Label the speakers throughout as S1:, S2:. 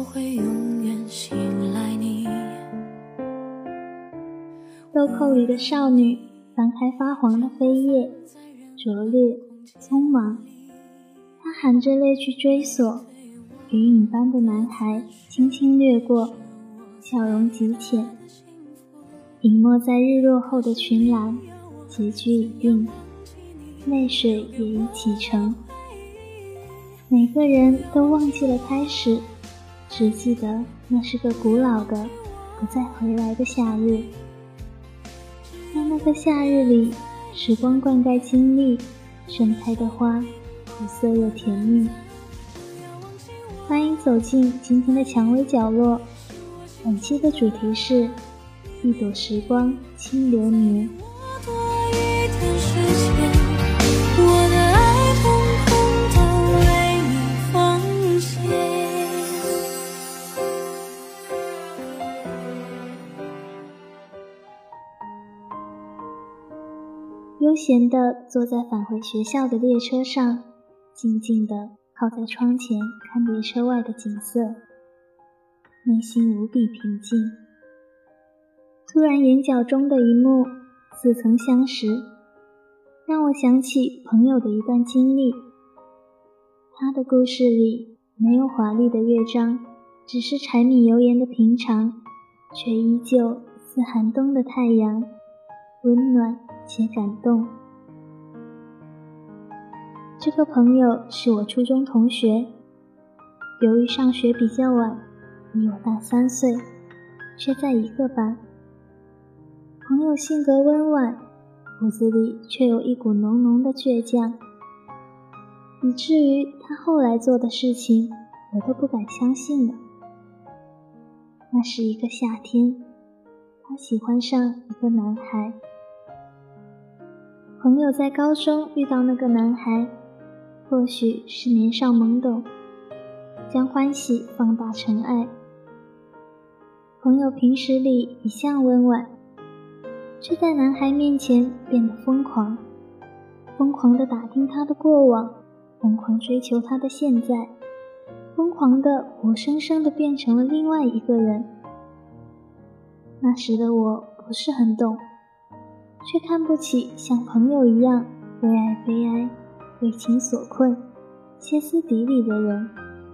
S1: 会永远醒来你。
S2: 豆蔻里的少女翻开发黄的扉页，拙劣匆忙，她含着泪去追索，云影般的男孩轻轻掠过，笑容极浅，隐没在日落后的群岚，结局已定，泪水也已启程。每个人都忘记了开始，只记得那是个古老的不再回来的夏日。在那个夏日里，时光灌溉经历，盛开的花苦涩又甜蜜。欢迎走进今天的蔷薇角落，本期的主题是一朵时光轻流年。
S1: 多一点时间，我的爱统统都为你奉献。
S2: 悠闲地坐在返回学校的列车上，静静地靠在窗前看列车外的景色，内心无比平静。突然眼角中的一幕似曾相识，让我想起朋友的一段经历。他的故事里没有华丽的乐章，只是柴米油盐的平常，却依旧似寒冬的太阳，温暖且感动。这个朋友是我初中同学，由于上学比较晚，比我大3岁，却在一个班。朋友性格温婉，骨子里却有一股浓浓的倔强，以至于他后来做的事情，我都不敢相信了。那是一个夏天，他喜欢上一个男孩。朋友在高中遇到那个男孩，或许是年少懵懂，将欢喜放大成爱。朋友平时里一向温婉，却在男孩面前变得疯狂，疯狂地打听他的过往，疯狂追求他的现在，疯狂地活生生地变成了另外一个人。那时的我不是很懂，却看不起像朋友一样为爱悲哀，为情所困，歇斯底里的人。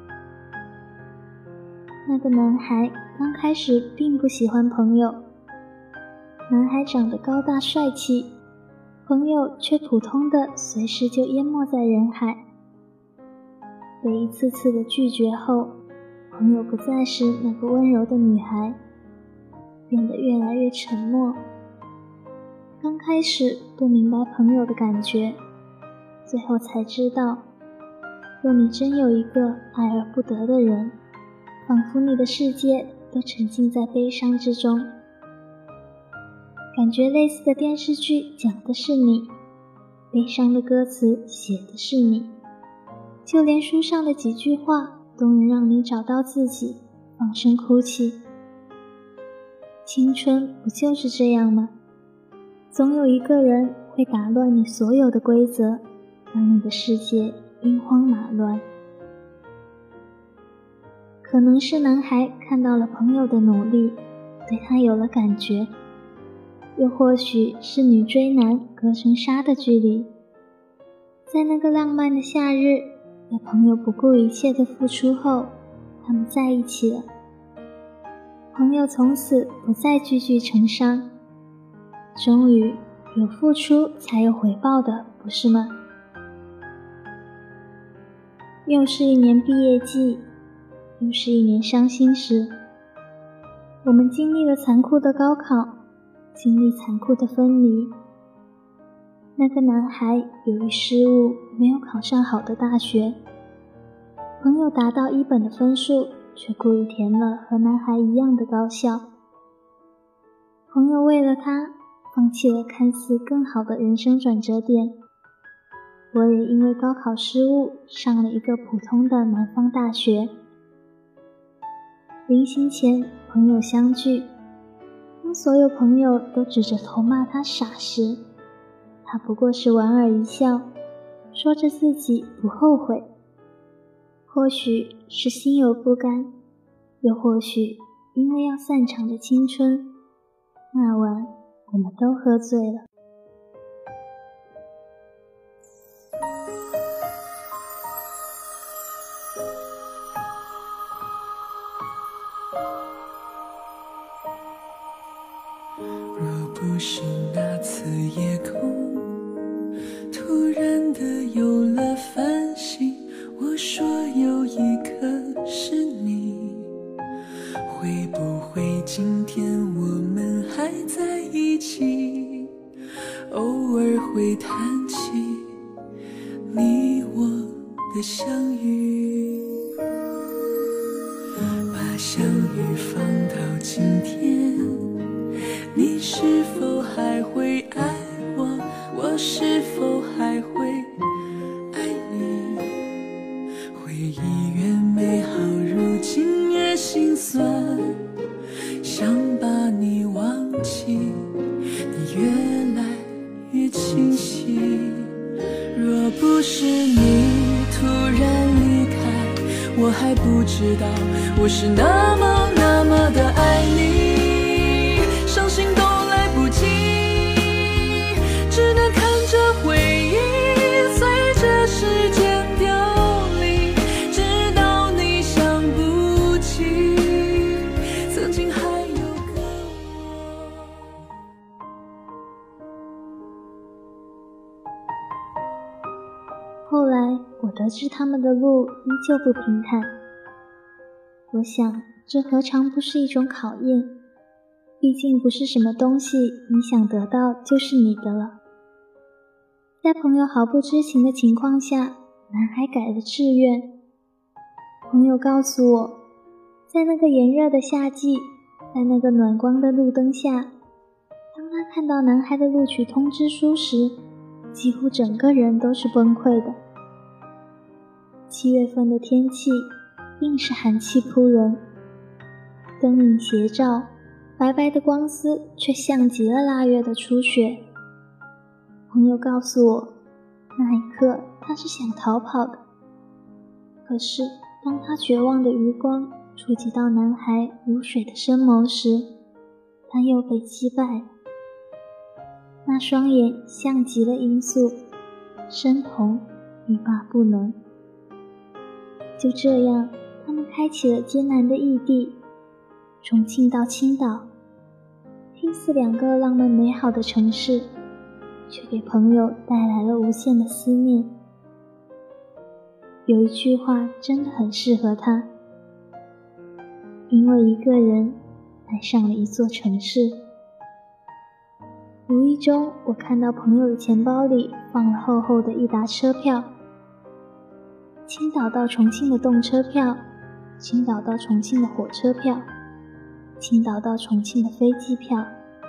S2: 那个男孩刚开始并不喜欢朋友，男孩长得高大帅气，朋友却普通的随时就淹没在人海。被一次次的拒绝后，朋友不再是那个温柔的女孩，变得越来越沉默。刚开始不明白朋友的感觉，最后才知道，若你真有一个爱而不得的人，仿佛你的世界都沉浸在悲伤之中。感觉类似的电视剧讲的是你，悲伤的歌词写的是你，就连书上的几句话都能让你找到自己，放声哭泣。青春不就是这样吗？总有一个人会打乱你所有的规则，让你的世界兵荒马乱。可能是男孩看到了朋友的努力，对他有了感觉，又或许是女追男隔成沙的距离。在那个浪漫的夏日，在朋友不顾一切的付出后，他们在一起了。朋友从此不再句句成伤。终于有付出才有回报的，不是吗？又是一年毕业季，又是一年伤心事。我们经历了残酷的高考，经历残酷的分离。那个男孩由于失误没有考上好的大学，朋友达到1本的分数，却故意填了和男孩一样的高校。朋友为了他放弃了看似更好的人生转折点，我也因为高考失误上了一个普通的南方大学。临行前朋友相聚，当所有朋友都指着头骂他傻时，他不过是莞尔一笑，说着自己不后悔。或许是心有不甘， 又或许因为要散场的青春，那晚我们都喝醉了。
S3: 若不是那次夜空突然的有了繁星，我说有一颗是你，会不会今天我们还在一起，偶尔会谈起你我的相遇，把相遇放到今天，你是否还会爱我？我是否还会爱你？回忆越美好，如今越心酸，想把你忘记，你越来越清晰。若不是你突然离开，我还不知道我是那么的爱你，伤心都来不及，只能看着回忆随着时间凋零，直到你想不起曾经还有个我。
S2: 后来我得知他们的路依旧不平坦，我想这何尝不是一种考验，毕竟不是什么东西你想得到就是你的了。在朋友毫不知情的情况下，男孩改了志愿。朋友告诉我，在那个炎热的夏季，在那个暖光的路灯下，当他看到男孩的录取通知书时，几乎整个人都是崩溃的。7月份的天气硬是寒气扑人，灯影斜照，白白的光丝却像极了腊月的初雪。朋友告诉我，那一刻他是想逃跑的，可是当他绝望的余光触及到男孩如水的深眸时，他又被击败了。那双眼像极了罂粟，深红欲罢不能。就这样，他们开启了艰难的异地，重庆到青岛，听似2个浪漫美好的城市，却给朋友带来了无限的思念。有一句话真的很适合他，因为一个人爱上了一座城市。无意中我看到朋友的钱包里放了厚厚的一沓车票，青岛到重庆的动车票，青岛到重庆的火车票，青岛到重庆的飞机票。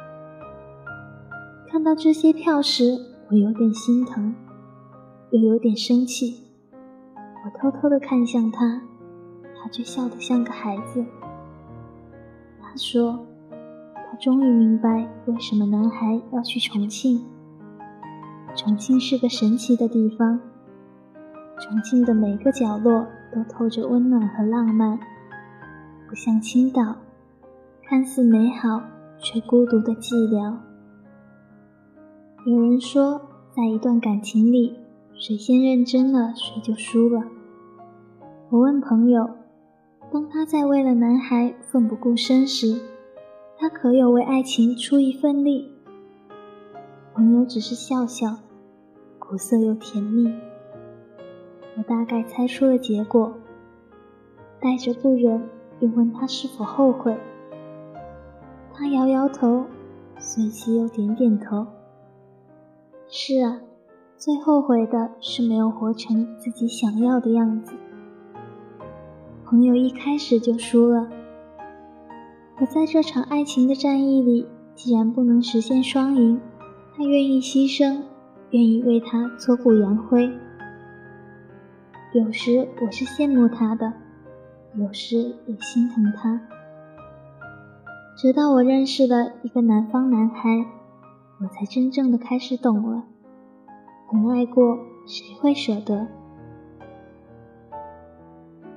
S2: 看到这些票时，我有点心疼，又有点生气。我偷偷地看向他，他却笑得像个孩子。他说，他终于明白为什么男孩要去重庆。重庆是个神奇的地方，重庆的每个角落都透着温暖和浪漫，不像青岛，看似美好却孤独的寂寥。有人说，在一段感情里，谁先认真了，谁就输了。我问朋友，当他在为了男孩奋不顾身时，他可有为爱情出一份力？朋友只是笑笑，苦涩又甜蜜。我大概猜出了结果，带着不忍，又问他是否后悔。他摇摇头，随即又点点头。是啊，最后悔的是没有活成自己想要的样子。朋友一开始就输了，可在这场爱情的战役里，既然不能实现双赢，他愿意牺牲，愿意为他挫骨扬灰。有时我是羡慕他的，有时也心疼他。直到我认识了一个南方男孩，我才真正的开始懂了，曾爱过，谁会舍得？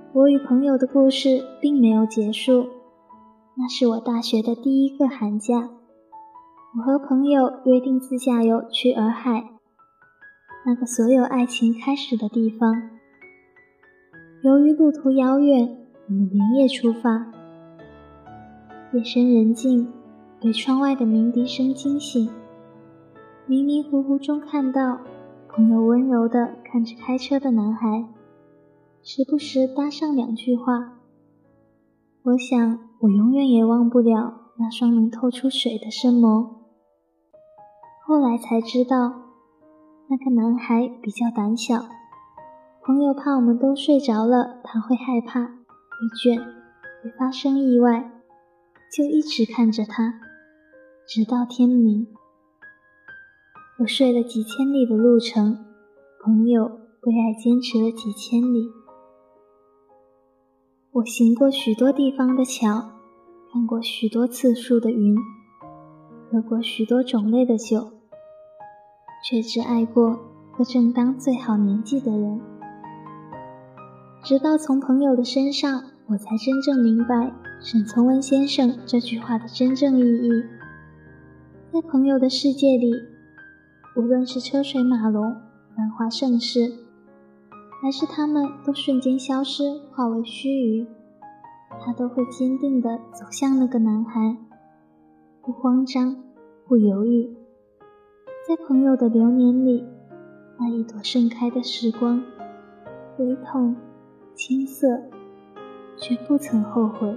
S2: 我与朋友的故事并没有结束，那是我大学的第一个寒假，我和朋友约定自驾游去洱海，那个所有爱情开始的地方。由于路途遥远，我们连夜出发。夜深人静，被窗外的鸣笛声惊醒，迷迷糊糊中看到朋友温柔地看着开车的男孩，时不时搭上2句话。我想我永远也忘不了那双能透出水的深眸。后来才知道，那个男孩比较胆小，朋友怕我们都睡着了他会害怕会倦会发生意外，就一直看着他直到天明。我睡了几千里的路程，朋友为爱坚持了几千里。我行过许多地方的桥，看过许多次数的云，喝过许多种类的酒，却只爱过个正当最好年纪的人。直到从朋友的身上，我才真正明白沈从文先生这句话的真正意义。在朋友的世界里，无论是车水马龙繁华盛世，还是他们都瞬间消失化为须臾，他都会坚定地走向那个男孩，不慌张不犹豫。在朋友的流年里，那一朵盛开的时光，微痛青涩，却不曾后悔。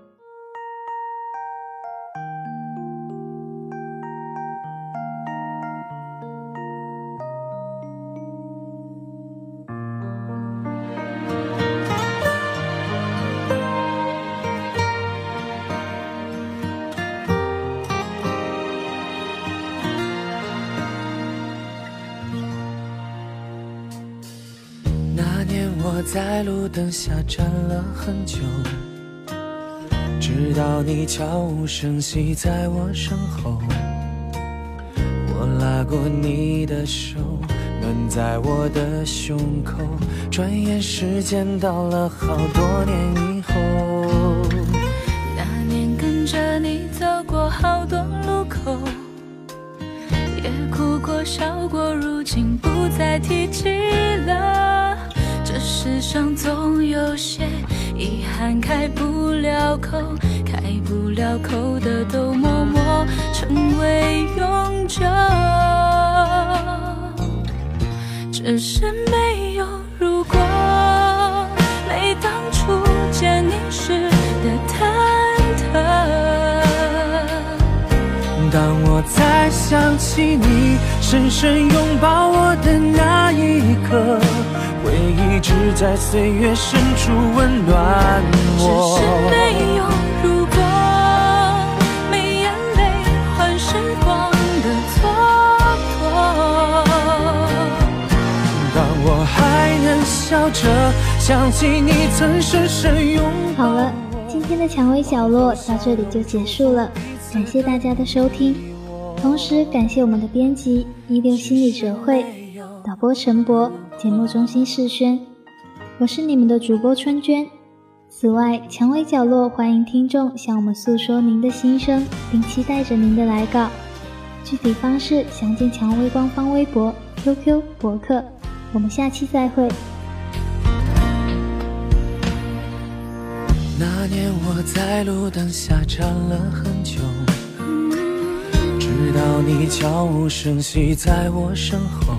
S3: 我在路灯下站了很久，直到你悄无声息在我身后，我拉过你的手，暖在我的胸口，转眼时间到了好多年以后。
S1: 那年跟着你走过好多路口，也哭过笑过，如今不再提起了。这世上总有些遗憾开不了口，开不了口的都默默成为永久。只是没有如果，没当初见你时的忐忑。
S3: 当我再想起你深深拥抱我的那一刻，回忆只在岁月深处温暖我。
S1: 只是没有如果，没眼泪换时光的蹉跎。
S3: 当我还能笑着想起你曾深深拥抱我。
S2: 好了，今天的蔷薇角落到这里就结束了，感谢大家的收听，同时感谢我们的编辑16心理哲慧，导播陈博，节目中心世轩，我是你们的主播春娟。此外，蔷薇角落欢迎听众向我们诉说您的心声，并期待着您的来稿。具体方式详见蔷薇官方微博、QQ、博客。我们下期再会。
S3: 那年我在路灯下站了很久，直到你悄无声息在我身后，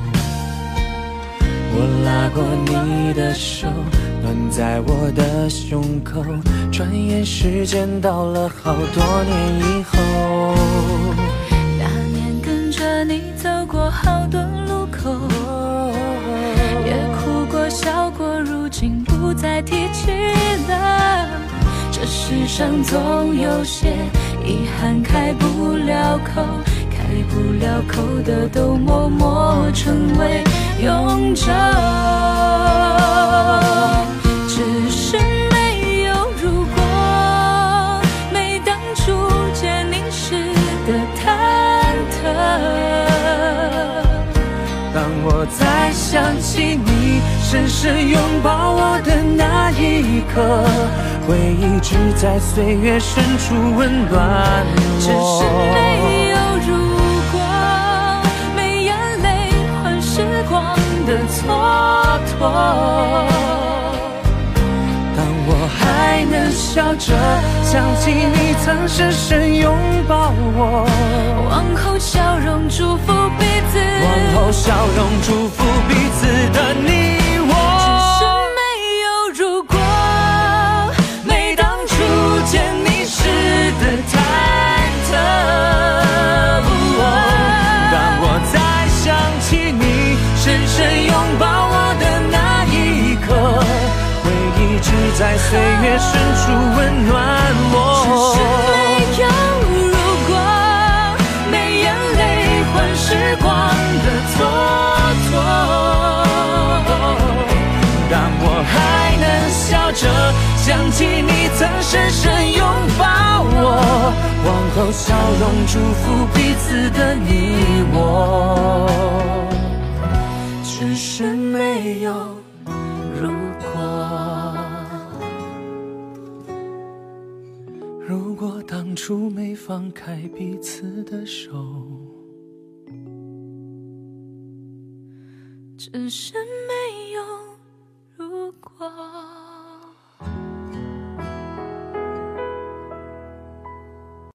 S3: 我拉过你的手，暖在我的胸口，转眼时间到了好多年以后。
S1: 那年跟着你走过好多路口，也哭过笑过，如今不再提起了。这世上总有些遗憾开不了口，开不了口的都默默成为永久。只是没有如果，没当初见你时的忐忑。
S3: 当我再想起你深深拥抱我的那一刻，回忆只在岁月深处温暖我。
S1: 只是没有如果，没眼泪换时光的蹉跎。
S3: 当我还能笑着想起你曾深深拥抱我，
S1: 往后笑容祝福彼此，
S3: 往后笑容祝福彼此的你我。
S1: 只是没有如果，没当初见你时的忐忑。
S3: 当我再想起你深深拥抱我的那一刻，回忆只在岁月深处温暖我。
S1: 只是没有如果，没眼泪换时光的蹉跎。
S3: 当我还能笑着想起你曾深深拥抱我，往后笑容祝福彼此的你我。只是没有如果，如果当初没放开彼此的手，
S1: 只是没有如果。